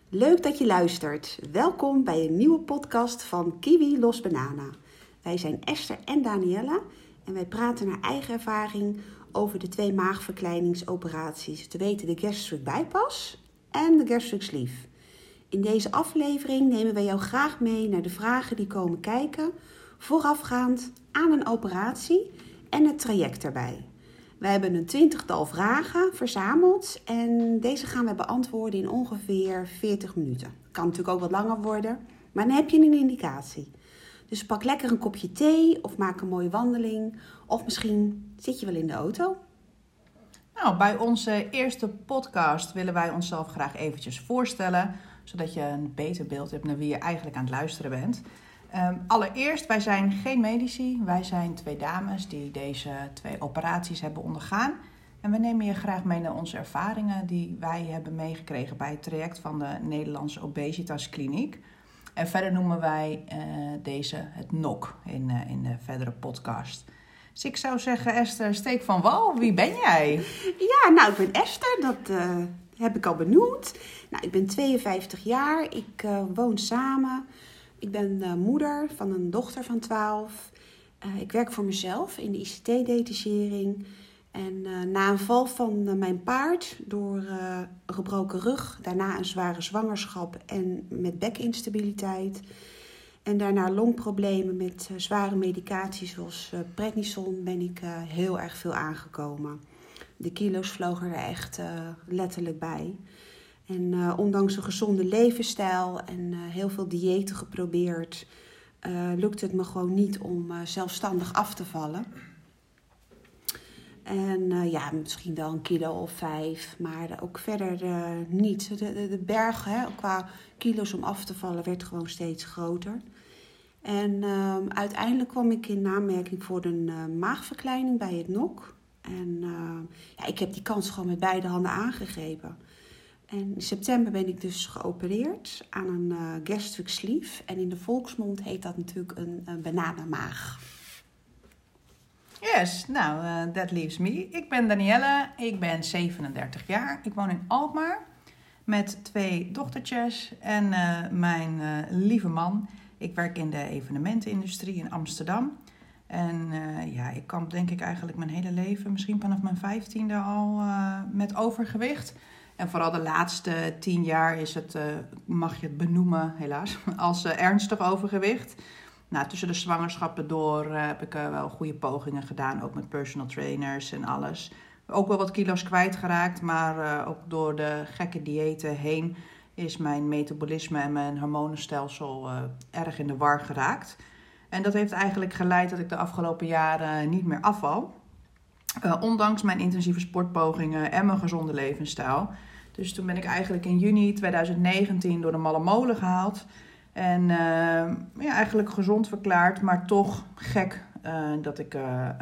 Leuk dat je luistert. Welkom bij een nieuwe podcast van Kiwi Los Banana. Wij zijn Esther en Danielle en wij praten naar eigen ervaring over de 2 maagverkleiningsoperaties. Te weten de gastric bypass en de gastric sleeve. In deze aflevering nemen wij jou graag mee naar de vragen die komen kijken, voorafgaand aan een operatie en het traject daarbij. We hebben een 20-tal vragen verzameld en deze gaan we beantwoorden in ongeveer 40 minuten. Kan natuurlijk ook wat langer worden, maar dan heb je een indicatie. Dus pak lekker een kopje thee of maak een mooie wandeling of misschien zit je wel in de auto. Nou, bij onze eerste podcast willen wij onszelf graag eventjes voorstellen, zodat je een beter beeld hebt naar wie je eigenlijk aan het luisteren bent. Allereerst, wij zijn geen medici. Wij zijn 2 dames die deze 2 operaties hebben ondergaan. En we nemen je graag mee naar onze ervaringen die wij hebben meegekregen bij het traject van de Nederlandse Obesitas Kliniek. En verder noemen wij deze het NOC in de verdere podcast. Dus ik zou zeggen, Esther, steek van wal. Wie ben jij? Ja, nou, ik ben Esther. Dat heb ik al benoemd. Nou, ik ben 52 jaar. Ik woon samen. Ik ben moeder van een dochter van 12. Ik werk voor mezelf in de ICT-detachering. En na een val van mijn paard door een gebroken rug, daarna een zware zwangerschap en met bekinstabiliteit. En daarna longproblemen met zware medicatie zoals prednison ben ik heel erg veel aangekomen. De kilo's vlogen er echt letterlijk bij. En ondanks een gezonde levensstijl en heel veel diëten geprobeerd, lukt het me gewoon niet om zelfstandig af te vallen. En misschien wel een kilo of 5, maar ook verder niet. De berg qua kilo's om af te vallen werd gewoon steeds groter. En uiteindelijk kwam ik in aanmerking voor een maagverkleining bij het NOC. En ik heb die kans gewoon met beide handen aangegrepen. En in september ben ik dus geopereerd aan een gastric sleeve. En in de volksmond heet dat natuurlijk een bananenmaag. Yes, nou, that leaves me. Ik ben Danielle, ik ben 37 jaar. Ik woon in Alkmaar met 2 dochtertjes en mijn lieve man. Ik werk in de evenementenindustrie in Amsterdam. En ik kamp denk ik eigenlijk mijn hele leven, misschien vanaf mijn 15e al, met overgewicht. En vooral de laatste 10 jaar is het, mag je het benoemen helaas, als ernstig overgewicht. Nou, tussen de zwangerschappen door heb ik wel goede pogingen gedaan, ook met personal trainers en alles. Ook wel wat kilo's kwijtgeraakt, maar ook door de gekke diëten heen is mijn metabolisme en mijn hormonenstelsel erg in de war geraakt. En dat heeft eigenlijk geleid dat ik de afgelopen jaren niet meer afval. Ondanks mijn intensieve sportpogingen en mijn gezonde levensstijl. Dus toen ben ik eigenlijk in juni 2019 door de malle molen gehaald. En eigenlijk gezond verklaard, maar toch gek dat ik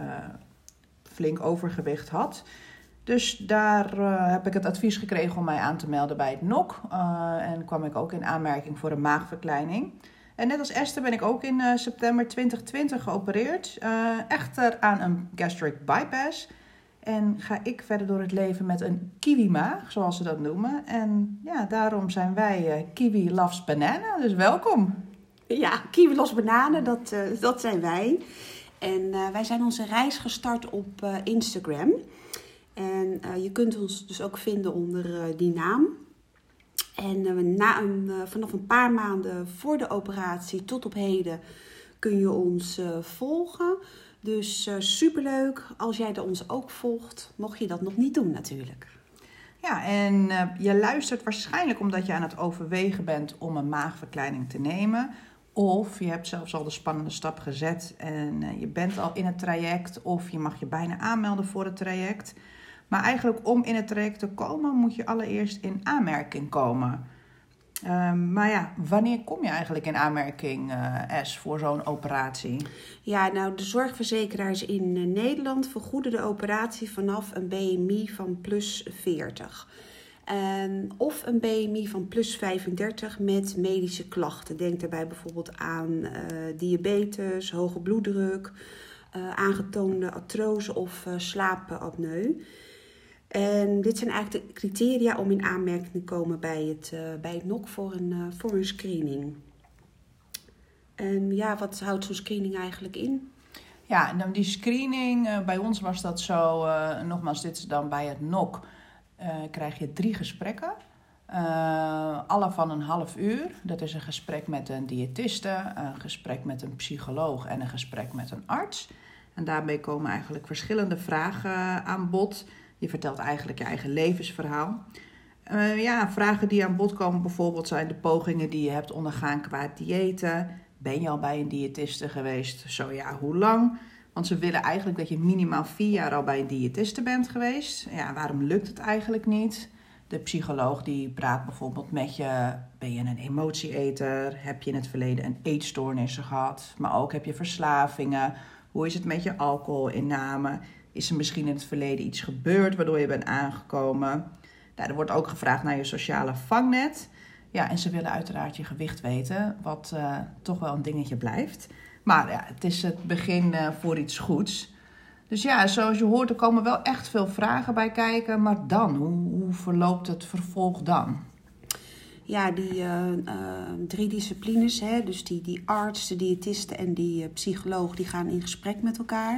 flink overgewicht had. Dus daar heb ik het advies gekregen om mij aan te melden bij het NOC. En kwam ik ook in aanmerking voor een maagverkleining. En net als Esther ben ik ook in september 2020 geopereerd. Echter aan een gastric bypass. En ga ik verder door het leven met een kiwi-maag, zoals ze dat noemen. En ja, daarom zijn wij Kiwi Loves Banana, dus welkom. Ja, Kiwi Los Banana, dat zijn wij. En wij zijn onze reis gestart op Instagram. En je kunt ons dus ook vinden onder die naam. En vanaf een paar maanden voor de operatie tot op heden kun je ons volgen. Dus superleuk als jij ons ook volgt, mocht je dat nog niet doen natuurlijk. Ja, en je luistert waarschijnlijk omdat je aan het overwegen bent om een maagverkleining te nemen. Of je hebt zelfs al de spannende stap gezet en je bent al in het traject. Of je mag je bijna aanmelden voor het traject. Maar eigenlijk om in het traject te komen moet je allereerst in aanmerking komen. Wanneer kom je eigenlijk in aanmerking, voor zo'n operatie? Ja, nou, de zorgverzekeraars in Nederland vergoeden de operatie vanaf een BMI van plus 40. Of een BMI van plus 35 met medische klachten. Denk daarbij bijvoorbeeld aan diabetes, hoge bloeddruk, aangetoonde artrose of slaapapneu. En dit zijn eigenlijk de criteria om in aanmerking te komen bij het NOC voor een screening. En ja, wat houdt zo'n screening eigenlijk in? Ja, nou die screening, bij ons was dat zo, nogmaals, dit is dan bij het NOC, krijg je 3 gesprekken. Alle van een half uur. Dat is een gesprek met een diëtiste, een gesprek met een psycholoog en een gesprek met een arts. En daarbij komen eigenlijk verschillende vragen aan bod. Je vertelt eigenlijk je eigen levensverhaal. Vragen die aan bod komen bijvoorbeeld zijn de pogingen die je hebt ondergaan qua diëten. Ben je al bij een diëtiste geweest? Zo ja, hoe lang? Want ze willen eigenlijk dat je minimaal 4 jaar al bij een diëtiste bent geweest. Ja, waarom lukt het eigenlijk niet? De psycholoog die praat bijvoorbeeld met je. Ben je een emotieeter? Heb je in het verleden een eetstoornissen gehad? Maar ook heb je verslavingen? Hoe is het met je alcoholinname? Is er misschien in het verleden iets gebeurd waardoor je bent aangekomen? Nou, er wordt ook gevraagd naar je sociale vangnet. Ja, en ze willen uiteraard je gewicht weten, wat toch wel een dingetje blijft. Maar ja, het is het begin voor iets goeds. Dus ja, zoals je hoort, er komen wel echt veel vragen bij kijken. Maar dan, hoe verloopt het vervolg dan? Ja, die 3 disciplines, hè, dus die arts, de diëtiste en die psycholoog, die gaan in gesprek met elkaar.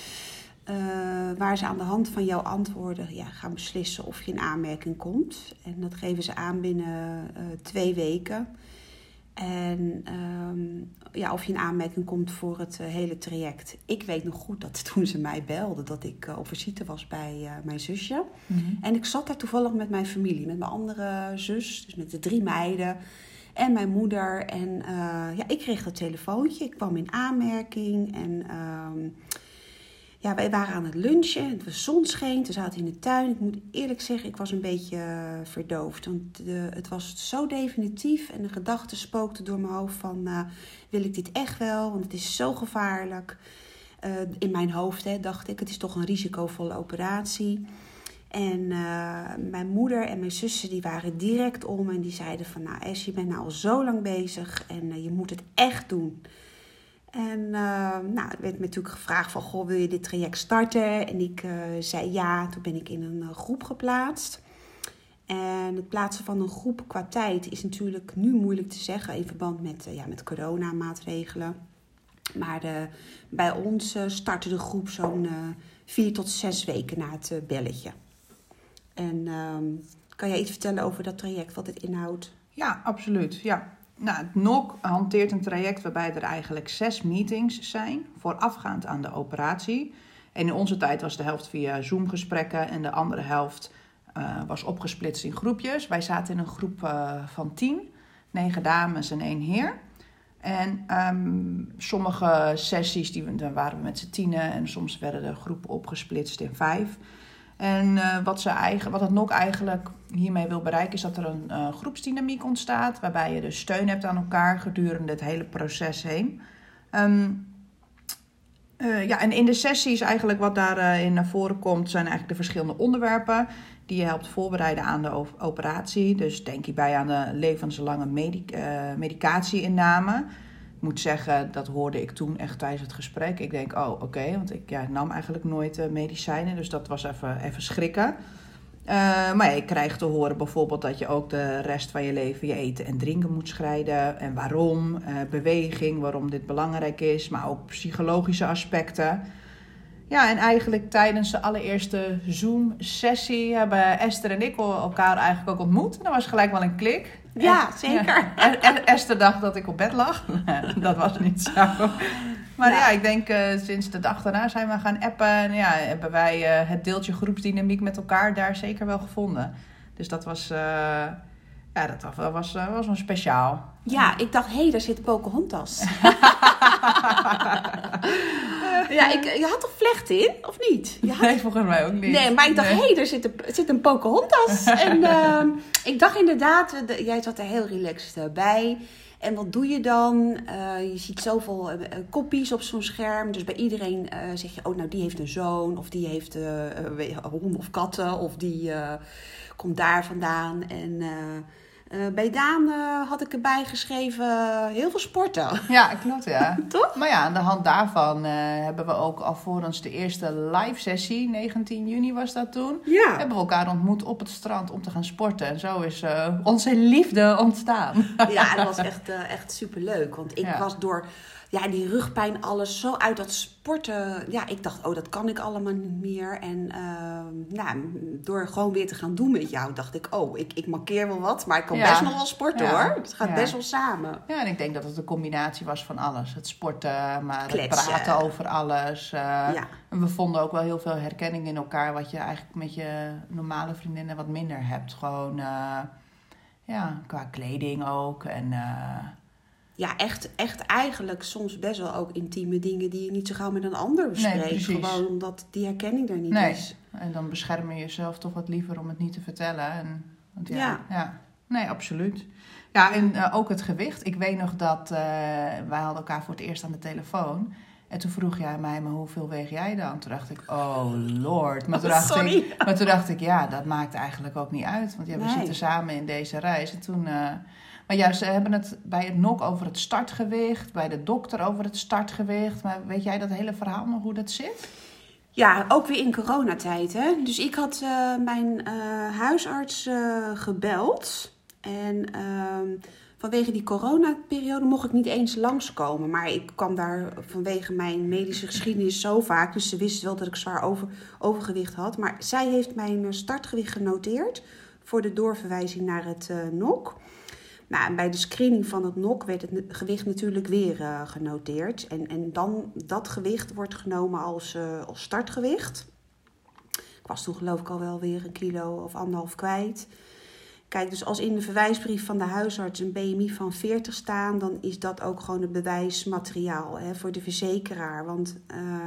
Waar ze aan de hand van jouw antwoorden gaan beslissen of je in aanmerking komt. En dat geven ze aan binnen 2 weken. En of je in aanmerking komt voor het hele traject. Ik weet nog goed dat toen ze mij belden dat ik op visite was bij mijn zusje. Mm-hmm. En ik zat daar toevallig met mijn familie, met mijn andere zus, dus met de 3 meiden en mijn moeder. En ik kreeg dat telefoontje, ik kwam in aanmerking en wij waren aan het lunchen. Het was zon scheen, we zaten in de tuin. Ik moet eerlijk zeggen, ik was een beetje verdoofd. Want het was zo definitief. En de gedachte spookte door mijn hoofd van, wil ik dit echt wel? Want het is zo gevaarlijk. In mijn hoofd dacht ik, het is toch een risicovolle operatie. En mijn moeder en mijn zussen die waren direct om. En die zeiden van, nou Es, je bent nou al zo lang bezig. En je moet het echt doen. En er werd me natuurlijk gevraagd van, goh, wil je dit traject starten? En ik zei ja, toen ben ik in een groep geplaatst. En het plaatsen van een groep qua tijd is natuurlijk nu moeilijk te zeggen in verband met coronamaatregelen. Maar bij ons startte de groep zo'n 4 tot 6 weken na het belletje. En kan jij iets vertellen over dat traject, wat het inhoudt? Ja, absoluut, ja. Nou, het NOC hanteert een traject waarbij er eigenlijk 6 meetings zijn voorafgaand aan de operatie. En in onze tijd was de helft via Zoom-gesprekken en de andere helft was opgesplitst in groepjes. Wij zaten in een groep van 10, 9 dames en 1 heer. En sommige sessies daar waren we met z'n 10 en soms werden de groepen opgesplitst in 5. En wat het NOC eigenlijk hiermee wil bereiken is dat er een groepsdynamiek ontstaat. Waarbij je dus steun hebt aan elkaar gedurende het hele proces heen. En in de sessies eigenlijk wat daarin naar voren komt zijn eigenlijk de verschillende onderwerpen. Die je helpt voorbereiden aan de operatie. Dus denk hierbij aan de levenslange medicatie-inname. Ik moet zeggen, dat hoorde ik toen echt tijdens het gesprek. Ik denk, oké, want ik nam eigenlijk nooit medicijnen. Dus dat was even schrikken. Maar ik krijg te horen bijvoorbeeld dat je ook de rest van je leven je eten en drinken moet scheiden. En waarom, beweging, waarom dit belangrijk is. Maar ook psychologische aspecten. Ja, en eigenlijk tijdens de allereerste Zoom-sessie hebben Esther en ik elkaar eigenlijk ook ontmoet. En dat was gelijk wel een klik. Ja, zeker. En Esther dacht dat ik op bed lag. Dat was niet zo. Maar ik denk sinds de dag daarna zijn we gaan appen. En hebben wij het deeltje groepsdynamiek met elkaar daar zeker wel gevonden. Dus dat was, was wel speciaal. Ja, ik dacht, daar zit Pocahontas. Je had toch vlecht in, of niet? Nee, volgens mij ook niet. Nee, maar ik dacht, er zit een Pocahontas. En ik dacht inderdaad, jij zat er heel relaxed bij. En wat doe je dan? Je ziet zoveel koppies op zo'n scherm. Dus bij iedereen zeg je, die heeft een zoon. Of die heeft honden of katten. Of die komt daar vandaan. En Bij Daan had ik erbij geschreven heel veel sporten. Ja, klopt, ja. Toch? Maar ja, aan de hand daarvan hebben we ook alvorens de eerste live sessie, 19 juni was dat toen, Ja. hebben we elkaar ontmoet op het strand om te gaan sporten. En zo is onze liefde ontstaan. Ja, dat was echt superleuk. Want ik Ja. was door die rugpijn, alles zo uit dat sporten. Ja, ik dacht, dat kan ik allemaal niet meer. En door gewoon weer te gaan doen met jou, dacht ik, ik markeer wel wat. Maar ik kan best nog wel sporten hoor. Het gaat best wel samen. Ja, en ik denk dat het een combinatie was van alles. Het sporten, maar Kletsen. het praten over alles. Ja. En we vonden ook wel heel veel herkenning in elkaar, wat je eigenlijk met je normale vriendinnen wat minder hebt. Gewoon, qua kleding ook. En, Ja, echt eigenlijk soms best wel ook intieme dingen die je niet zo gauw met een ander bespreekt. Nee, precies. Gewoon omdat die herkenning er niet nee. is. En dan bescherm je jezelf toch wat liever om het niet te vertellen. Want Ja. Nee, absoluut. Ja, en ook het gewicht. Ik weet nog dat wij hadden elkaar voor het eerst aan de telefoon. En toen vroeg jij mij, maar hoeveel weeg jij dan? Toen dacht ik, oh lord. Maar toen dacht ik, ja, dat maakt eigenlijk ook niet uit. Want we zitten samen in deze reis. En toen... Maar ja, ze hebben het bij het NOC over het startgewicht, bij de dokter over het startgewicht. Maar weet jij dat hele verhaal nog, hoe dat zit? Ja, ook weer in coronatijd, hè. Dus ik had mijn huisarts gebeld. En vanwege die coronaperiode mocht ik niet eens langskomen. Maar ik kwam daar vanwege mijn medische geschiedenis zo vaak. Dus ze wisten wel dat ik zwaar overgewicht had. Maar zij heeft mijn startgewicht genoteerd voor de doorverwijzing naar het NOC. Nou, en bij de screening van het NOC werd het gewicht natuurlijk weer genoteerd. En dan dat gewicht wordt genomen als startgewicht. Ik was toen geloof ik al wel weer 1 kilo of 1,5 kwijt. Kijk, dus als in de verwijsbrief van de huisarts een BMI van 40 staan, dan is dat ook gewoon het bewijsmateriaal voor de verzekeraar. Want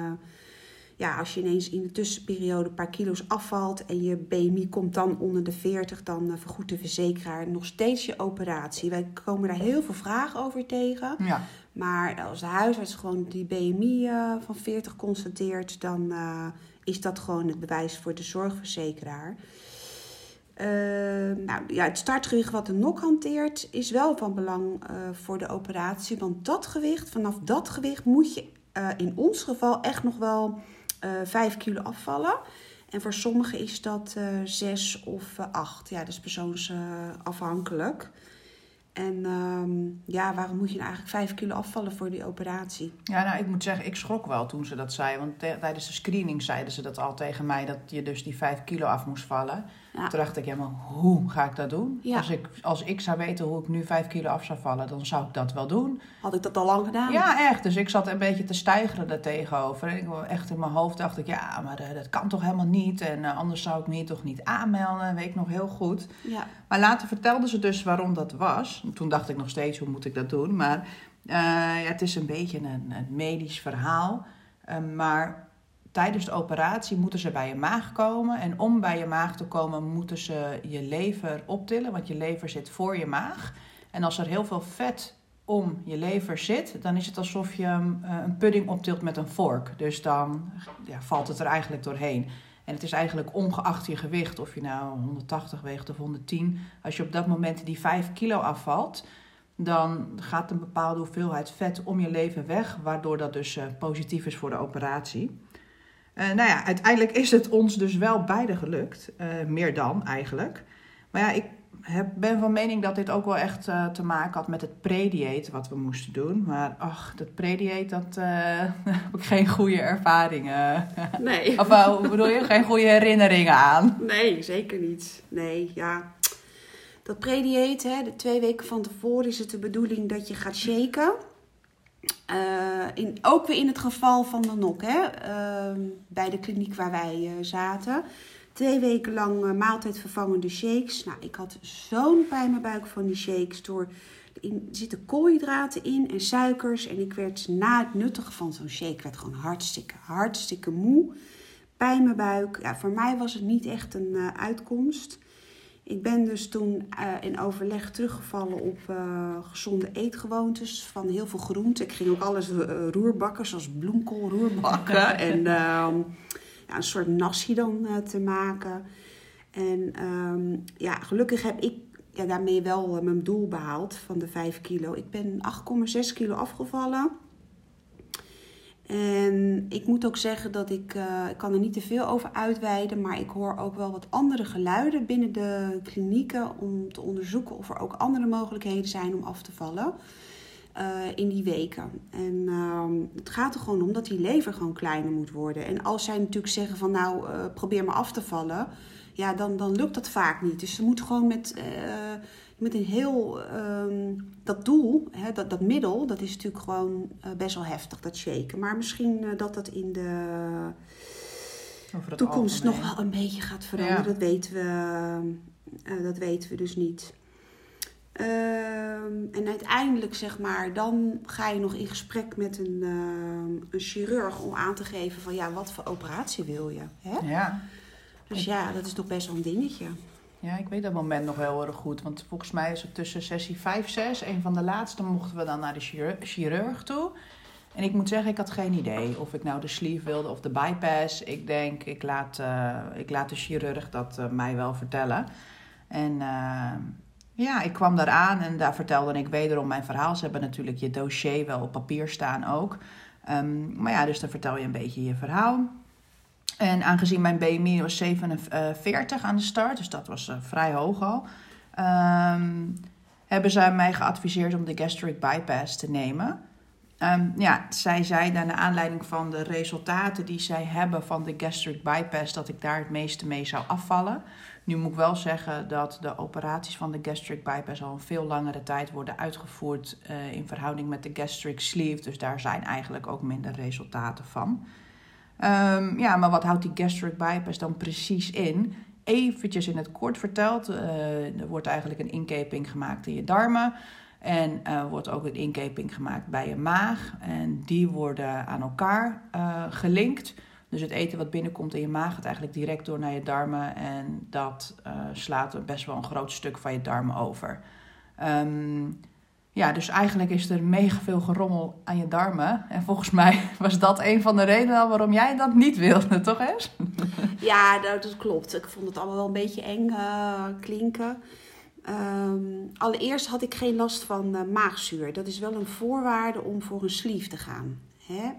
als je ineens in de tussenperiode een paar kilo's afvalt en je BMI komt dan onder de 40, dan vergoedt de verzekeraar nog steeds je operatie. Wij komen daar heel veel vragen over tegen. Ja. Maar als de huisarts gewoon die BMI van 40 constateert, dan is dat gewoon het bewijs voor de zorgverzekeraar. Het startgewicht wat de NOC hanteert is wel van belang voor de operatie. Want vanaf dat gewicht moet je in ons geval echt nog wel 5 kilo afvallen. En voor sommigen is dat 6 of 8. Ja, dat is persoonsafhankelijk. En waarom moet je nou eigenlijk 5 kilo afvallen voor die operatie? Ja, nou, ik moet zeggen, ik schrok wel toen ze dat zei. Want tijdens de screening zeiden ze dat al tegen mij, dat je dus die 5 kilo af moest vallen. Ja. Toen dacht ik, maar hoe ga ik dat doen? Ja. Als ik zou weten hoe ik nu 5 kilo af zou vallen, dan zou ik dat wel doen. Had ik dat al lang gedaan? Ja, echt. Dus ik zat een beetje te stijgeren daartegenover. En ik echt in mijn hoofd dacht ik, maar dat kan toch helemaal niet. En anders zou ik me hier toch niet aanmelden. Weet ik nog heel goed. Ja. Maar later vertelden ze dus waarom dat was. Toen dacht ik nog steeds, hoe moet ik dat doen? Maar het is een beetje een medisch verhaal. Maar tijdens de operatie moeten ze bij je maag komen. En om bij je maag te komen moeten ze je lever optillen. Want je lever zit voor je maag. En als er heel veel vet om je lever zit, dan is het alsof je een pudding optilt met een vork. Dus dan valt het er eigenlijk doorheen. En het is eigenlijk ongeacht je gewicht, of je nou 180 weegt of 110. Als je op dat moment die 5 kilo afvalt, dan gaat een bepaalde hoeveelheid vet om je lever weg, waardoor dat dus positief is voor de operatie. Uiteindelijk is het ons dus wel beide gelukt. Meer dan eigenlijk. Maar ja, ik ben van mening dat dit ook wel echt te maken had met het pre-dieet wat we moesten doen. Maar dat pre-dieet, dat heb ik geen goede ervaringen. Nee. Of hoe bedoel je? Geen goede herinneringen aan. Nee, zeker niet. Nee, ja. Dat pre-dieet, de 2 weken van tevoren is het de bedoeling dat je gaat shaken. Ook weer in het geval van de NOC, bij de kliniek waar wij zaten. 2 weken lang maaltijdvervangende shakes. Nou, ik had zo'n pijn in mijn buik van die shakes. Er zitten koolhydraten in en suikers. En ik werd na het nuttigen van zo'n shake gewoon hartstikke moe. Pijn in mijn buik. Ja, voor mij was het niet echt een uitkomst. Ik ben dus toen in overleg teruggevallen op gezonde eetgewoontes van heel veel groenten. Ik ging ook alles roerbakken, zoals bloemkool roerbakken en een soort nasi dan te maken. En gelukkig heb ik daarmee wel mijn doel behaald van de 5 kilo. Ik ben 8,6 kilo afgevallen. En ik moet ook zeggen dat ik kan er niet te veel over uitweiden, maar ik hoor ook wel wat andere geluiden binnen de klinieken om te onderzoeken of er ook andere mogelijkheden zijn om af te vallen in die weken. En het gaat er gewoon om dat die lever gewoon kleiner moet worden. En als zij natuurlijk zeggen van probeer maar af te vallen, ja, dan lukt dat vaak niet. Dus ze moet gewoon met een heel dat doel, dat middel, dat is natuurlijk gewoon best wel heftig, dat shaken. Maar misschien dat in de toekomst nog wel een beetje gaat veranderen. Ja. Dat weten we dus niet. En uiteindelijk, zeg maar, dan ga je nog in gesprek met een chirurg om aan te geven van wat voor operatie wil je. Hè? Ja. Dus dat is toch best wel een dingetje. Ja, ik weet dat moment nog heel erg goed. Want volgens mij is het tussen sessie 5, 6, een van de laatste, mochten we dan naar de chirurg toe. En ik moet zeggen, ik had geen idee of ik nou de sleeve wilde of de bypass. Ik denk, ik laat de chirurg dat mij wel vertellen. En ik kwam daar aan en daar vertelde ik wederom mijn verhaal. Ze hebben natuurlijk je dossier wel op papier staan ook. Dus dan vertel je een beetje je verhaal. En aangezien mijn BMI was 47 aan de start, dus dat was vrij hoog al, hebben zij mij geadviseerd om de gastric bypass te nemen. Zij zeiden naar aanleiding van de resultaten die zij hebben van de gastric bypass dat ik daar het meeste mee zou afvallen. Nu moet ik wel zeggen dat de operaties van de gastric bypass al een veel langere tijd worden uitgevoerd in verhouding met de gastric sleeve. Dus daar zijn eigenlijk ook minder resultaten van. Maar wat houdt die gastric bypass dan precies in? Eventjes in het kort verteld, er wordt eigenlijk een inkeping gemaakt in je darmen. En wordt ook een inkeping gemaakt bij je maag. En die worden aan elkaar gelinkt. Dus het eten wat binnenkomt in je maag gaat eigenlijk direct door naar je darmen. En dat slaat best wel een groot stuk van je darmen over. Dus eigenlijk is er mega veel gerommel aan je darmen. En volgens mij was dat een van de redenen waarom jij dat niet wilde, toch eens? Ja, dat klopt. Ik vond het allemaal wel een beetje eng klinken. Allereerst had ik geen last van maagzuur. Dat is wel een voorwaarde om voor een sleeve te gaan. Hè?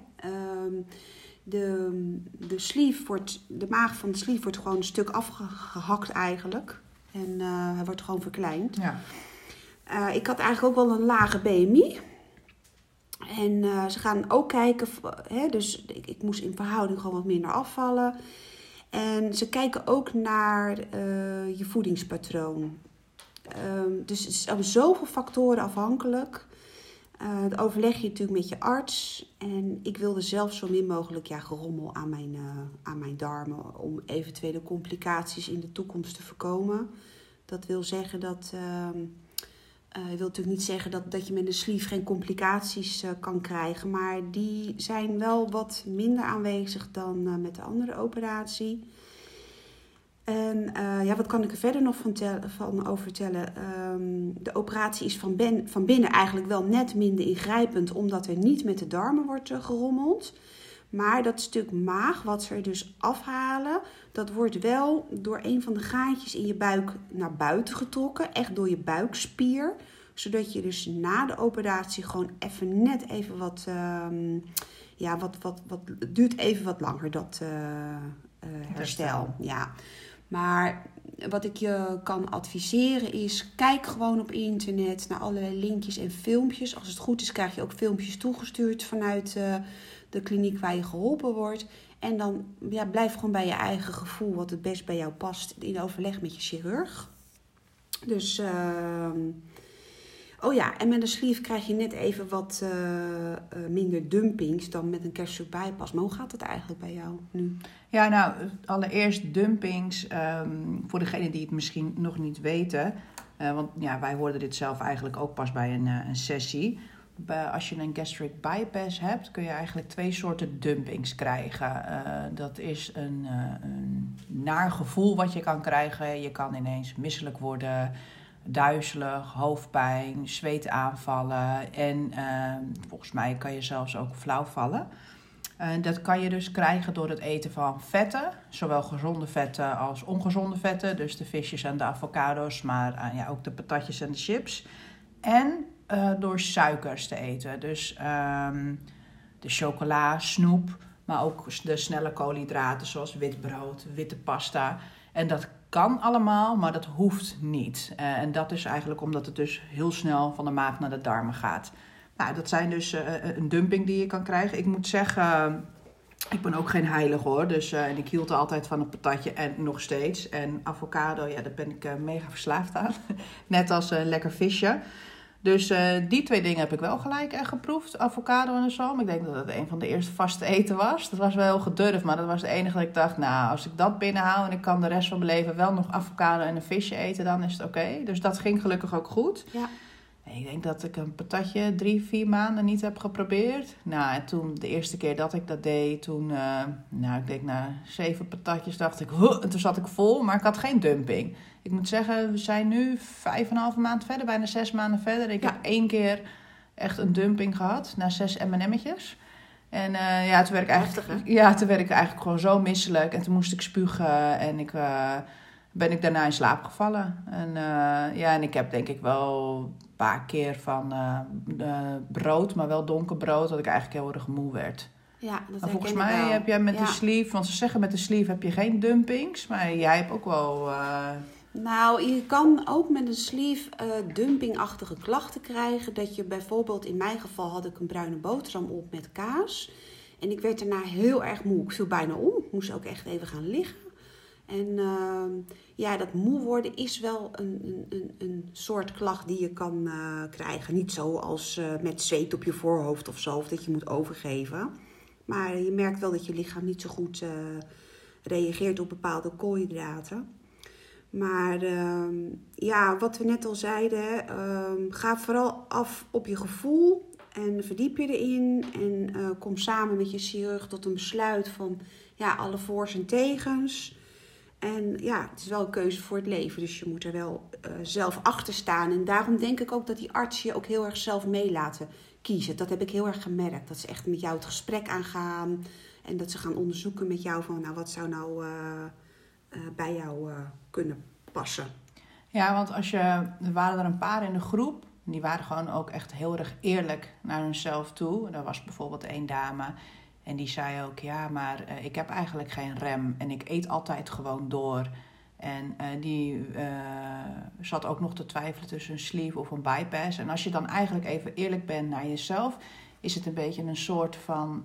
De maag van de sleeve wordt gewoon een stuk afgehakt eigenlijk. En hij wordt gewoon verkleind. Ja. Ik had eigenlijk ook wel een lage BMI. En ze gaan ook kijken, dus ik moest in verhouding gewoon wat minder afvallen. En ze kijken ook naar je voedingspatroon. Dus het is van zoveel factoren afhankelijk. Dat overleg je natuurlijk met je arts. En ik wilde zelf zo min mogelijk gerommel aan mijn darmen om eventuele complicaties in de toekomst te voorkomen. Dat wil zeggen dat... Ik wil natuurlijk niet zeggen dat je met een sleeve geen complicaties kan krijgen. Maar die zijn wel wat minder aanwezig dan met de andere operatie. En wat kan ik er verder nog van over vertellen? De operatie is van binnen eigenlijk wel net minder ingrijpend. Omdat er niet met de darmen wordt gerommeld. Maar dat stuk maag wat ze er dus afhalen, dat wordt wel door een van de gaatjes in je buik naar buiten getrokken. Echt door je buikspier. Zodat je dus na de operatie gewoon net even wat... het duurt even wat langer, dat herstel. Ja. Maar wat ik je kan adviseren is, kijk gewoon op internet naar allerlei linkjes en filmpjes. Als het goed is, krijg je ook filmpjes toegestuurd vanuit de kliniek waar je geholpen wordt. En dan blijf gewoon bij je eigen gevoel wat het best bij jou past in overleg met je chirurg. Dus... en met een sleeve krijg je net even wat minder dumpings dan met een gastric bypass. Maar hoe gaat het eigenlijk bij jou nu? Ja, allereerst dumpings. Voor degenen die het misschien nog niet weten. Want wij hoorden dit zelf eigenlijk ook pas bij een sessie. Als je een gastric bypass hebt, kun je eigenlijk 2 soorten dumpings krijgen. Dat is een naar gevoel wat je kan krijgen. Je kan ineens misselijk worden, duizelig, hoofdpijn, zweetaanvallen en volgens mij kan je zelfs ook flauw vallen. Dat kan je dus krijgen door het eten van vetten. Zowel gezonde vetten als ongezonde vetten. Dus de visjes en de avocado's, maar ook de patatjes en de chips. En door suikers te eten. Dus de chocola, snoep, maar ook de snelle koolhydraten zoals wit brood, witte pasta. En dat kan allemaal, maar dat hoeft niet. En dat is eigenlijk omdat het dus heel snel van de maag naar de darmen gaat. Nou, dat zijn dus een dumping die je kan krijgen. Ik moet zeggen, ik ben ook geen heilige hoor. Dus en ik hield altijd van een patatje en nog steeds. En avocado, ja, daar ben ik mega verslaafd aan. Net als een lekker visje. Dus die 2 dingen heb ik wel gelijk geproefd. Avocado en de zalm. Ik denk dat het een van de eerste vaste eten was. Dat was wel heel gedurfd, maar dat was het enige dat ik dacht... Nou, als ik dat binnenhaal en ik kan de rest van mijn leven wel nog avocado en een visje eten, dan is het oké. Dus dat ging gelukkig ook goed. Ja. Ik denk dat ik een patatje 3-4 maanden niet heb geprobeerd. Nou, en toen de eerste keer dat ik dat deed, toen, ik denk na 7 patatjes dacht ik, en toen zat ik vol, maar ik had geen dumping. Ik moet zeggen, we zijn nu 5,5 maand verder, bijna 6 maanden verder. Ik heb 1 keer echt een dumping gehad, na 6 M&M'tjes. En toen werd ik eigenlijk gewoon zo misselijk. En toen moest ik spugen en ben ik daarna in slaap gevallen. En ik heb denk ik wel een paar keer van brood, maar wel donkerbrood, dat ik eigenlijk heel erg moe werd. Ja, dat maar volgens mij heb jij met de sleeve, want ze zeggen met de sleeve heb je geen dumpings, maar jij hebt ook wel... Nou, je kan ook met een sleeve dumpingachtige klachten krijgen. Dat je bijvoorbeeld, in mijn geval had ik een bruine boterham op met kaas. En ik werd daarna heel erg moe. Ik viel bijna om. Ik moest ook echt even gaan liggen. En dat moe worden is wel een soort klacht die je kan krijgen. Niet zo als met zweet op je voorhoofd of zo, of dat je moet overgeven. Maar je merkt wel dat je lichaam niet zo goed reageert op bepaalde koolhydraten. Maar wat we net al zeiden, ga vooral af op je gevoel en verdiep je erin. En kom samen met je chirurg tot een besluit van alle voor's en tegens. En het is wel een keuze voor het leven, dus je moet er wel zelf achter staan. En daarom denk ik ook dat die arts je ook heel erg zelf mee laten kiezen. Dat heb ik heel erg gemerkt, dat ze echt met jou het gesprek aangaan. En dat ze gaan onderzoeken met jou van, wat zou nou bij jou kunnen passen. Ja, want er waren er een paar in de groep, die waren gewoon ook echt heel erg eerlijk naar hunzelf toe. Er was bijvoorbeeld 1 dame... En die zei ook, maar ik heb eigenlijk geen rem en ik eet altijd gewoon door. En die zat ook nog te twijfelen tussen een sleeve of een bypass. En als je dan eigenlijk even eerlijk bent naar jezelf, is het een beetje een soort van...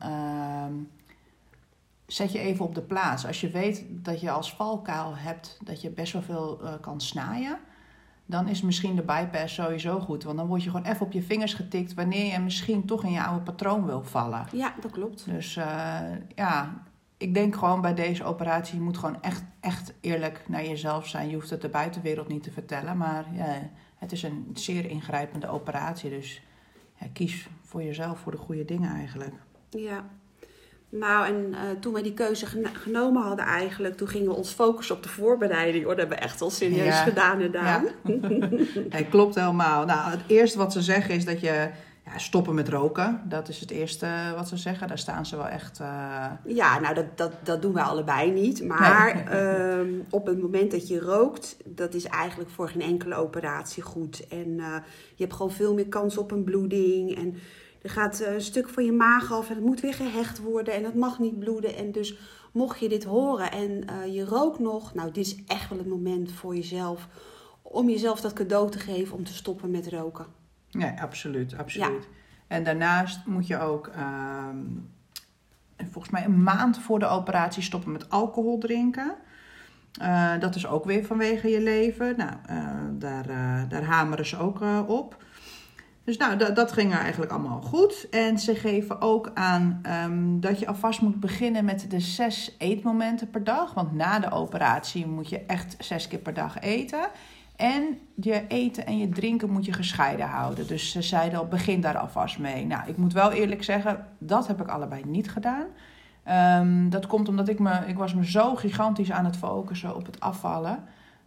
zet je even op de plaats. Als je weet dat je als valkuil hebt dat je best wel veel kan snijden, dan is misschien de bypass sowieso goed. Want dan word je gewoon even op je vingers getikt wanneer je misschien toch in je oude patroon wil vallen. Ja, dat klopt. Dus ik denk gewoon bij deze operatie, je moet gewoon echt eerlijk naar jezelf zijn. Je hoeft het de buitenwereld niet te vertellen, maar het is een zeer ingrijpende operatie. Dus kies voor jezelf, voor de goede dingen eigenlijk. Ja. Nou, en toen we die keuze genomen hadden eigenlijk, toen gingen we ons focussen op de voorbereiding. Dat hebben we echt al serieus gedaan inderdaad. Ja. Nee, klopt helemaal. Nou, het eerste wat ze zeggen is dat je stoppen met roken. Dat is het eerste wat ze zeggen. Daar staan ze wel echt... Ja, nou dat doen we allebei niet. Maar op het moment dat je rookt, dat is eigenlijk voor geen enkele operatie goed. En je hebt gewoon veel meer kans op een bloeding. En er gaat een stuk van je maag af en het moet weer gehecht worden en het mag niet bloeden. En dus mocht je dit horen en je rookt nog, nou dit is echt wel het moment voor jezelf om jezelf dat cadeau te geven om te stoppen met roken. Ja, absoluut. Ja. En daarnaast moet je ook volgens mij 1 maand voor de operatie stoppen met alcohol drinken. Dat is ook weer vanwege je leven. Nou, daar hameren ze ook op. Dus dat ging eigenlijk allemaal goed. En ze geven ook aan dat je alvast moet beginnen met de 6 eetmomenten per dag. Want na de operatie moet je echt 6 keer per dag eten. En je eten en je drinken moet je gescheiden houden. Dus ze zeiden al, begin daar alvast mee. Nou, ik moet wel eerlijk zeggen, dat heb ik allebei niet gedaan. Dat komt omdat ik was me zo gigantisch aan het focussen op het afvallen.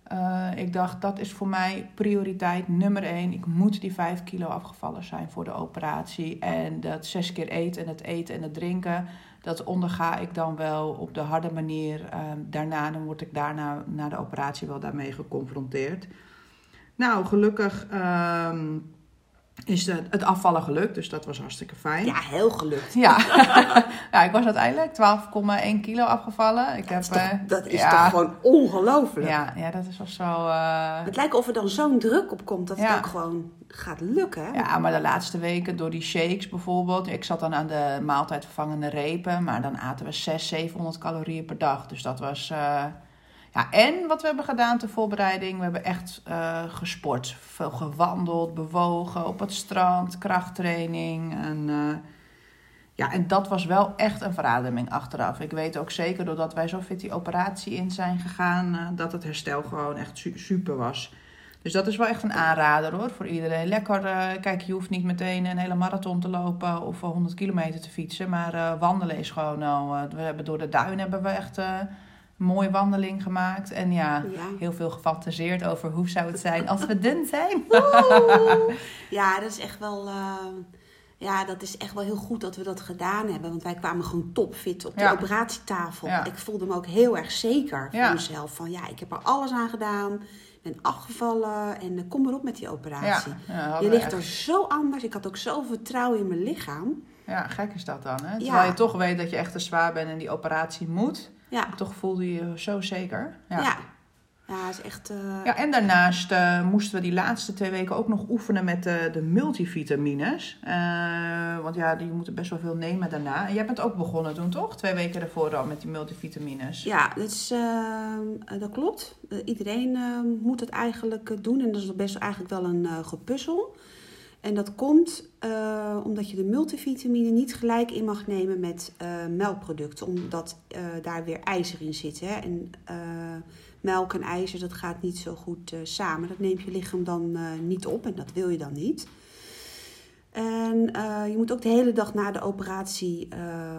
Ik dacht, dat is voor mij prioriteit nummer 1. Ik moet die 5 kilo afgevallen zijn voor de operatie. En dat 6 keer eten en het drinken, dat onderga ik dan wel op de harde manier. Dan word ik daarna na de operatie wel daarmee geconfronteerd. Nou, gelukkig is het afvallen gelukt, dus dat was hartstikke fijn. Ja, heel gelukt. Ja, ja, ik was uiteindelijk 12,1 kilo afgevallen. Dat is toch gewoon ongelooflijk? Ja, dat is wel zo... Het lijkt of er dan zo'n druk op komt dat het ook gewoon gaat lukken. Hè? Ja, maar de laatste weken door die shakes bijvoorbeeld. Ik zat dan aan de maaltijdvervangende repen, maar dan aten we 600-700 calorieën per dag. Dus dat was... Ja, en wat we hebben gedaan ter voorbereiding, we hebben echt gesport. Veel gewandeld, bewogen op het strand, krachttraining. En dat was wel echt een verademing achteraf. Ik weet ook zeker, doordat wij zo fit die operatie in zijn gegaan, dat het herstel gewoon echt super was. Dus dat is wel echt een aanrader hoor, voor iedereen. Lekker, kijk, je hoeft niet meteen een hele marathon te lopen of 100 kilometer te fietsen. Maar wandelen is gewoon we hebben door de duin hebben we echt... een mooie wandeling gemaakt. En heel veel gefantaseerd over hoe zou het zijn als we dun zijn. Ja, dat is echt wel... dat is echt wel heel goed dat we dat gedaan hebben. Want wij kwamen gewoon topfit op de operatietafel. Ja. Ik voelde me ook heel erg zeker van mezelf. Van ik heb er alles aan gedaan. Ben afgevallen. En kom maar op met die operatie. Ja, je ligt er zo anders. Ik had ook zoveel vertrouwen in mijn lichaam. Ja, gek is dat dan. Hè? Terwijl je toch weet dat je echt te zwaar bent en die operatie moet... Ja. Toch voelde je je zo zeker. Ja, is echt... Ja, en daarnaast moesten we die laatste 2 weken ook nog oefenen met de multivitamines. Want je moet er best wel veel nemen daarna. En jij bent ook begonnen toen, toch? 2 weken ervoor al met die multivitamines. Ja, dat klopt. Iedereen moet het eigenlijk doen. En dat is best eigenlijk wel een gepuzzel. En dat komt omdat je de multivitamine niet gelijk in mag nemen met melkproducten. Omdat daar weer ijzer in zit. Hè? En melk en ijzer, dat gaat niet zo goed samen. Dat neemt je lichaam dan niet op en dat wil je dan niet. En je moet ook de hele dag na de operatie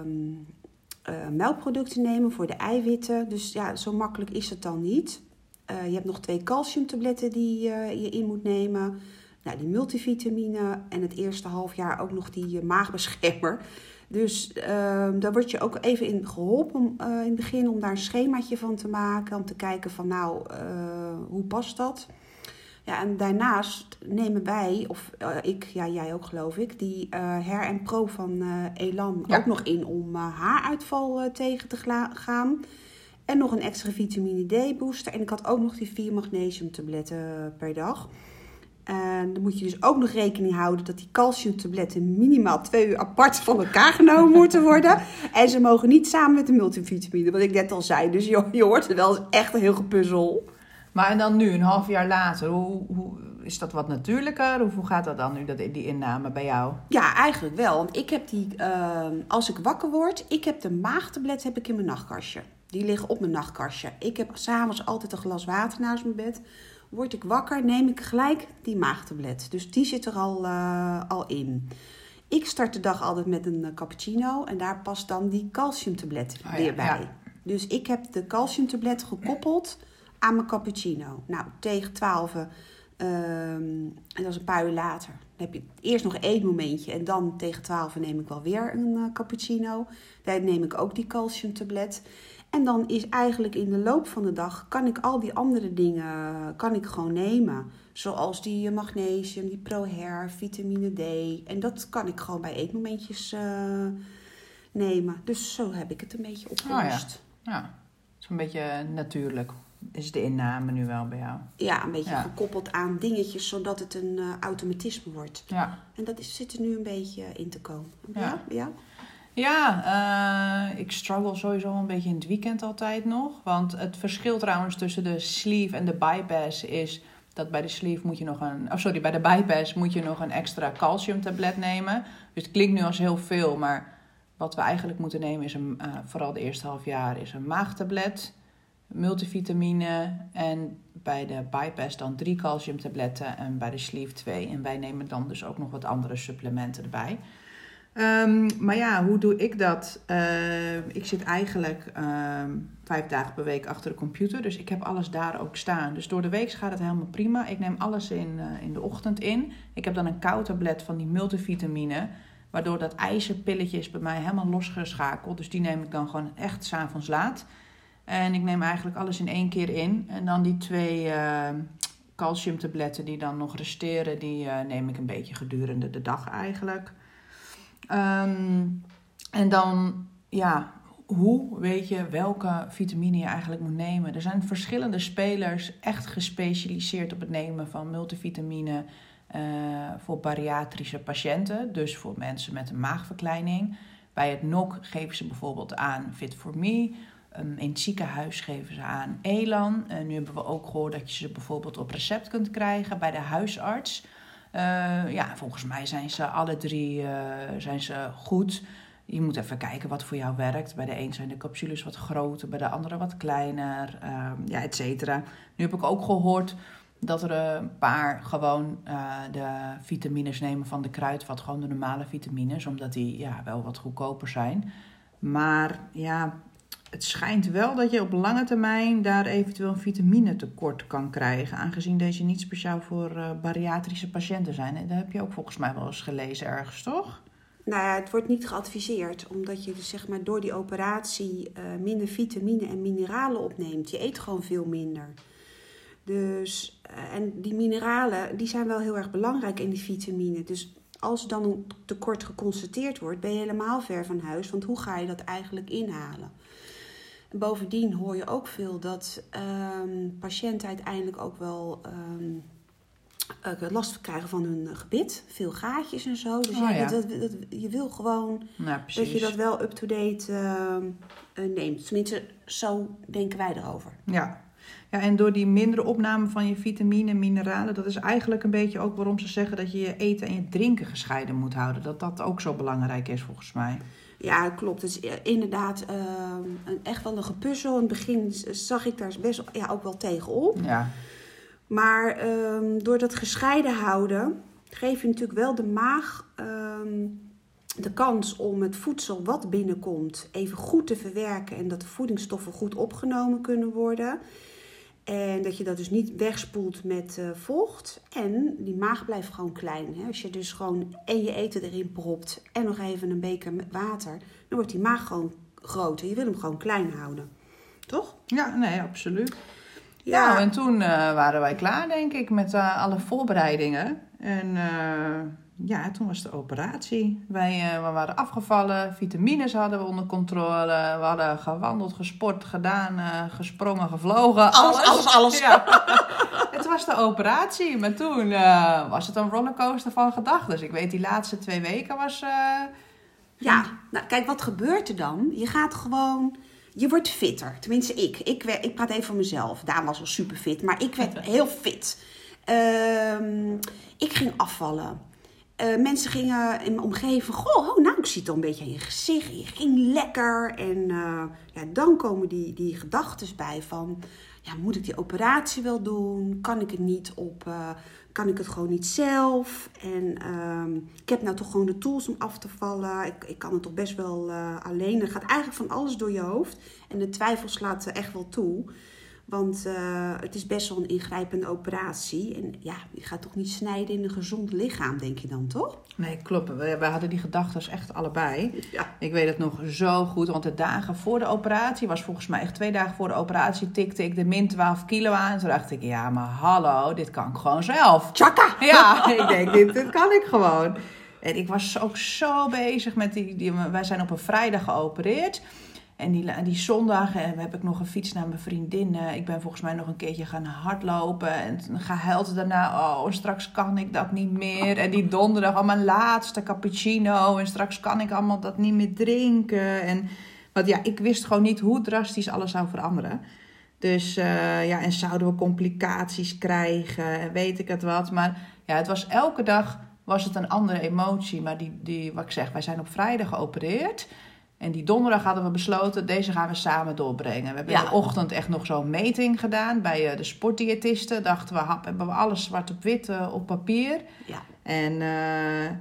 melkproducten nemen voor de eiwitten. Dus zo makkelijk is het dan niet. Je hebt nog 2 calciumtabletten die je in moet nemen... Nou, die multivitamine en het eerste halfjaar ook nog die maagbeschermer. Dus daar word je ook even in geholpen in het begin om daar een schemaatje van te maken. Om te kijken van hoe past dat? Ja, en daarnaast nemen wij, of jij ook geloof ik, die Hair & Pro van Elan ook nog in om haaruitval tegen te gaan. En nog een extra vitamine D booster. En ik had ook nog die 4 magnesiumtabletten per dag. En dan moet je dus ook nog rekening houden dat die calciumtabletten minimaal 2 uur apart van elkaar genomen moeten worden. En ze mogen niet samen met de multivitamine, wat ik net al zei. Dus je hoort het wel, is echt een heel gepuzzel. Maar en dan nu, een half jaar later, hoe is dat wat natuurlijker? Of hoe gaat dat dan nu, die inname bij jou? Ja, eigenlijk wel. Want ik heb als ik wakker word, ik heb de maagtablet in mijn nachtkastje. Die liggen op mijn nachtkastje. Ik heb 's avonds altijd een glas water naast mijn bed. Word ik wakker, neem ik gelijk die maagtablet. Dus die zit er al in. Ik start de dag altijd met een cappuccino. En daar past dan die calciumtablet weer bij. Ja. Dus ik heb de calciumtablet gekoppeld aan mijn cappuccino. Nou, tegen 12, en dat is een paar uur later. Dan heb je eerst nog 1 momentje. En dan tegen 12 neem ik wel weer een cappuccino. Daar neem ik ook die calciumtablet. En dan is eigenlijk in de loop van de dag kan ik al die andere dingen gewoon nemen. Zoals die magnesium, die ProHair, vitamine D. En dat kan ik gewoon bij eetmomentjes nemen. Dus zo heb ik het een beetje opgelost. Ja, zo'n beetje natuurlijk is de inname nu wel bij jou. Ja, een beetje gekoppeld aan dingetjes, zodat het een automatisme wordt. Ja. En dat zit er nu een beetje in te komen. Ja? Ja, ik struggle sowieso een beetje in het weekend altijd nog. Want het verschil trouwens tussen de sleeve en de bypass is dat bij de sleeve moet je bij de bypass moet je nog een extra calciumtablet nemen. Dus het klinkt nu als heel veel, maar wat we eigenlijk moeten nemen is vooral de eerste half jaar is een maagtablet, multivitamine en bij de bypass dan 3 calciumtabletten en bij de sleeve 2. En wij nemen dan dus ook nog wat andere supplementen erbij. Maar ja, hoe doe ik dat? Ik zit eigenlijk 5 dagen per week achter de computer. Dus ik heb alles daar ook staan. Dus door de week gaat het helemaal prima. Ik neem alles in de ochtend in. Ik heb dan een koudtablet van die multivitamine. Waardoor dat ijzerpilletje is bij mij helemaal losgeschakeld. Dus die neem ik dan gewoon echt 's avonds laat. En ik neem eigenlijk alles in 1 keer in. En dan die 2 calciumtabletten die dan nog resteren, die neem ik een beetje gedurende de dag eigenlijk. En dan, ja, hoe weet je welke vitamine je eigenlijk moet nemen? Er zijn verschillende spelers echt gespecialiseerd op het nemen van multivitamine voor bariatrische patiënten. Dus voor mensen met een maagverkleining. Bij het NOC geven ze bijvoorbeeld aan Fit4Me. In het ziekenhuis geven ze aan Elan. Nu hebben we ook gehoord dat je ze bijvoorbeeld op recept kunt krijgen bij de huisarts. Volgens mij zijn ze alle 3 goed. Je moet even kijken wat voor jou werkt. Bij de een zijn de capsules wat groter, bij de andere wat kleiner, et cetera. Nu heb ik ook gehoord dat er een paar gewoon de vitamines nemen van de kruidvat, gewoon de normale vitamines, omdat die wel wat goedkoper zijn. Maar ja, het schijnt wel dat je op lange termijn daar eventueel een vitaminetekort kan krijgen, aangezien deze niet speciaal voor bariatrische patiënten zijn. En dat heb je ook volgens mij wel eens gelezen ergens, toch? Nou ja, het wordt niet geadviseerd, omdat je dus zeg maar door die operatie minder vitamine en mineralen opneemt. Je eet gewoon veel minder. Dus, en die mineralen, die zijn wel heel erg belangrijk in die vitamine. Dus als dan een tekort geconstateerd wordt, ben je helemaal ver van huis. Want hoe ga je dat eigenlijk inhalen? En bovendien hoor je ook veel dat patiënten uiteindelijk ook wel last krijgen van hun gebit. Veel gaatjes en zo. Dus je wil gewoon dat je dat wel up-to-date neemt. Tenminste, zo denken wij erover. Ja, en door die mindere opname van je vitamine en mineralen, dat is eigenlijk een beetje ook waarom ze zeggen dat je je eten en je drinken gescheiden moet houden. Dat ook zo belangrijk is volgens mij. Ja, klopt. Het is inderdaad echt wel een gepuzzel. In het begin zag ik daar best ook wel tegenop. Ja. Maar door dat gescheiden houden geef je natuurlijk wel de maag de kans om het voedsel wat binnenkomt even goed te verwerken. En dat de voedingsstoffen goed opgenomen kunnen worden. En dat je dat dus niet wegspoelt met vocht. En die maag blijft gewoon klein. Hè? Als je dus gewoon je eten erin propt en nog even een beker met water, dan wordt die maag gewoon groter. Je wil hem gewoon klein houden. Toch? Ja, nee, absoluut. Ja. Nou, en toen waren wij klaar, denk ik, met alle voorbereidingen. En toen was de operatie. We waren afgevallen, vitamines hadden we onder controle. We hadden gewandeld, gesport, gedaan, gesprongen, gevlogen. Alles. Ja. Het was de operatie, maar toen was het een rollercoaster van gedachten. Dus ik weet, die laatste 2 weken was... Ja, nou kijk, wat gebeurt er dan? Je gaat gewoon... Je wordt fitter. Tenminste, ik praat even voor mezelf. Daan was al super fit, maar ik werd heel fit. Ik ging afvallen. Mensen gingen in mijn omgeving... ik zie het al een beetje aan je gezicht. Je ging lekker. En dan komen die gedachten bij van... moet ik die operatie wel doen? Kan ik het niet op... Kan ik het gewoon niet zelf? En ik heb nou toch gewoon de tools om af te vallen. Ik kan het toch best wel alleen. Er gaat eigenlijk van alles door je hoofd. En de twijfel slaat echt wel toe. Want het is best wel een ingrijpende operatie. En ja, je gaat toch niet snijden in een gezond lichaam, denk je dan, toch? Nee, klopt. We hadden die gedachten echt allebei. Ja. Ik weet het nog zo goed, want de dagen voor de operatie, was volgens mij echt 2 dagen voor de operatie, tikte ik de min 12 kilo aan. En toen dacht ik, ja, maar hallo, dit kan ik gewoon zelf. Tjaka! Ja, ik denk, dit kan ik gewoon. En ik was ook zo bezig met wij zijn op een vrijdag geopereerd. En die zondag heb ik nog gefietst naar mijn vriendin. Ik ben volgens mij nog een keertje gaan hardlopen. En gehuild daarna. Straks kan ik dat niet meer. En die donderdag, mijn laatste cappuccino. En straks kan ik allemaal dat niet meer drinken. Want ik wist gewoon niet hoe drastisch alles zou veranderen. Dus en zouden we complicaties krijgen en weet ik het wat. Maar het was elke dag was het een andere emotie. Maar wat ik zeg, wij zijn op vrijdag geopereerd. En die donderdag hadden we besloten, deze gaan we samen doorbrengen. We hebben in de ochtend echt nog zo'n meting gedaan bij de sportdiëtisten. Dachten we, hebben we alles zwart op wit op papier. Ja. En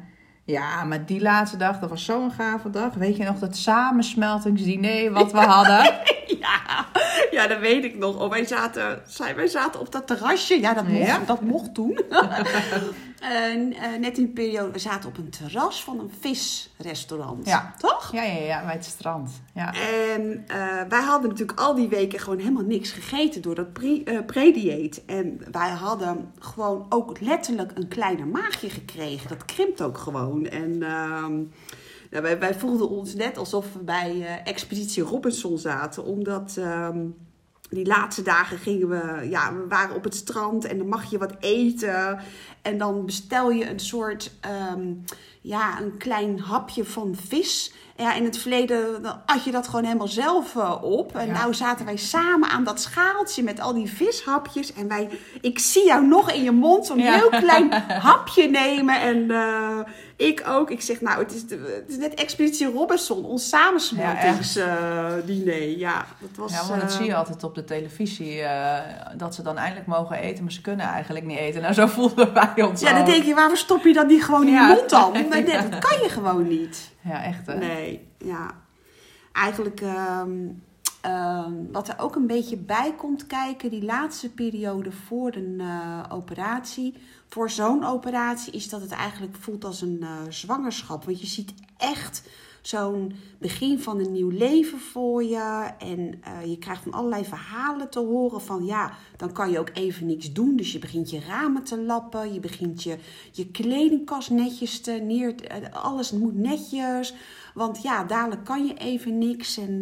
Ja, maar die laatste dag, dat was zo'n gave dag. Weet je nog dat samensmeltingsdiner wat we hadden? Ja, dat weet ik nog. Wij zaten op dat terrasje. Ja, dat mocht toen. Net in de periode, we zaten op een terras van een visrestaurant. Ja. Toch? Ja, bij het strand. Ja. En wij hadden natuurlijk al die weken gewoon helemaal niks gegeten door dat predieet. En wij hadden gewoon ook letterlijk een kleiner maagje gekregen. Dat krimpt ook gewoon. En wij voelden ons net alsof we bij Expeditie Robinson zaten. Omdat die laatste dagen we waren op het strand en dan mag je wat eten. En dan bestel je een soort, een klein hapje van vis. Ja, in het verleden at je dat gewoon helemaal zelf op. En nou zaten wij samen aan dat schaaltje met al die vishapjes. En ik zie jou nog in je mond zo'n heel klein hapje nemen. En ik ook. Ik zeg, nou, het is net Expeditie Robinson. Ons samensmeltingsdiner. Dat was... want dat zie je altijd op de televisie. Dat ze dan eindelijk mogen eten, maar ze kunnen eigenlijk niet eten. Nou, zo voelden wij ons dan denk je, waarom stop je dat niet gewoon in je mond dan? Nee, dat kan je gewoon niet. Ja, echt hè? Nee, ja. Eigenlijk wat er ook een beetje bij komt kijken, die laatste periode voor een operatie. Voor zo'n operatie is dat het eigenlijk voelt als een zwangerschap. Want je ziet echt zo'n begin van een nieuw leven voor je. En je krijgt van allerlei verhalen te horen van dan kan je ook even niks doen. Dus je begint je ramen te lappen. Je begint je kledingkast netjes alles moet netjes. Want dadelijk kan je even niks. En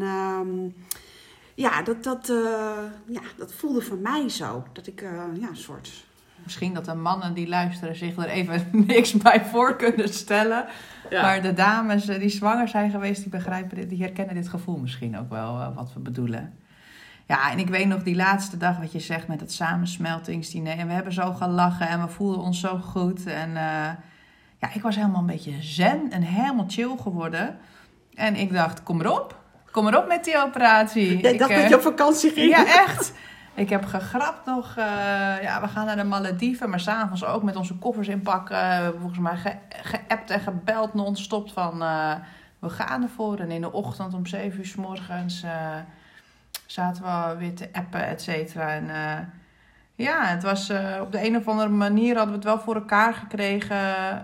dat voelde voor mij zo. Dat ik een soort... Misschien dat de mannen die luisteren zich er even niks bij voor kunnen stellen. Ja. Maar de dames die zwanger zijn geweest, die begrijpen dit, die herkennen dit gevoel misschien ook wel, wat we bedoelen. Ja, en ik weet nog die laatste dag wat je zegt met het samensmeltingsdiner. En we hebben zo gelachen en we voelden ons zo goed. En ik was helemaal een beetje zen en helemaal chill geworden. En ik dacht, kom erop met die operatie. Ik dacht dat je op vakantie ging. Ja, echt. Ik heb gegrapt nog. We gaan naar de Malediven. Maar s'avonds ook met onze koffers inpakken. We hebben volgens mij geappt en gebeld non-stop van... we gaan ervoor. En in de ochtend om 7 uur 's morgens zaten we weer te appen, et cetera. En het was op de een of andere manier hadden we het wel voor elkaar gekregen.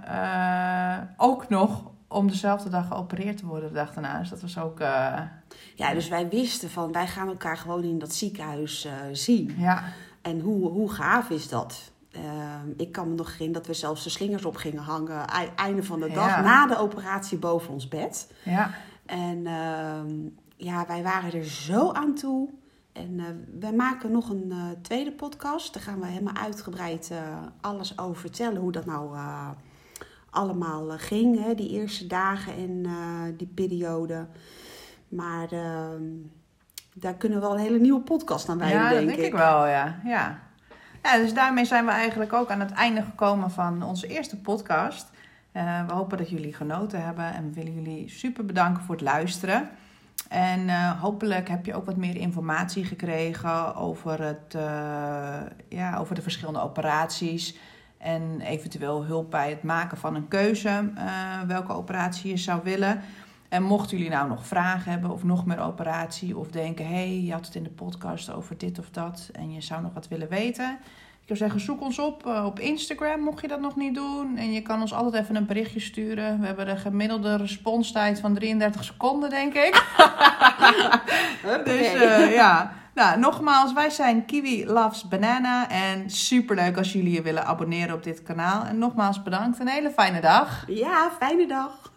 Ook nog om dezelfde dag geopereerd te worden de dag daarna. Dus dat was ook... dus wij wisten van, wij gaan elkaar gewoon in dat ziekenhuis zien. Ja. En hoe gaaf is dat? Ik kan me nog herinneren dat we zelfs de slingers op gingen hangen. Einde van de dag, na de operatie boven ons bed. Ja. En wij waren er zo aan toe. En wij maken nog een tweede podcast. Daar gaan we helemaal uitgebreid alles over vertellen. Hoe dat nou allemaal ging. Hè? Die eerste dagen en die periode. Maar daar kunnen we wel een hele nieuwe podcast aan wijden, denk ik. Ja, dat denk ik wel, ja. Dus daarmee zijn we eigenlijk ook aan het einde gekomen van onze eerste podcast. We hopen dat jullie genoten hebben en we willen jullie super bedanken voor het luisteren. En hopelijk heb je ook wat meer informatie gekregen over over de verschillende operaties. En eventueel hulp bij het maken van een keuze welke operatie je zou willen. En mochten jullie nou nog vragen hebben of nog meer operatie of denken... je had het in de podcast over dit of dat en je zou nog wat willen weten. Ik zou zeggen, zoek ons op Instagram, mocht je dat nog niet doen. En je kan ons altijd even een berichtje sturen. We hebben de gemiddelde responstijd van 33 seconden, denk ik. Dus Nou, nogmaals, wij zijn Kiwi Loves Banana. En superleuk als jullie je willen abonneren op dit kanaal. En nogmaals bedankt. Een hele fijne dag. Ja, fijne dag.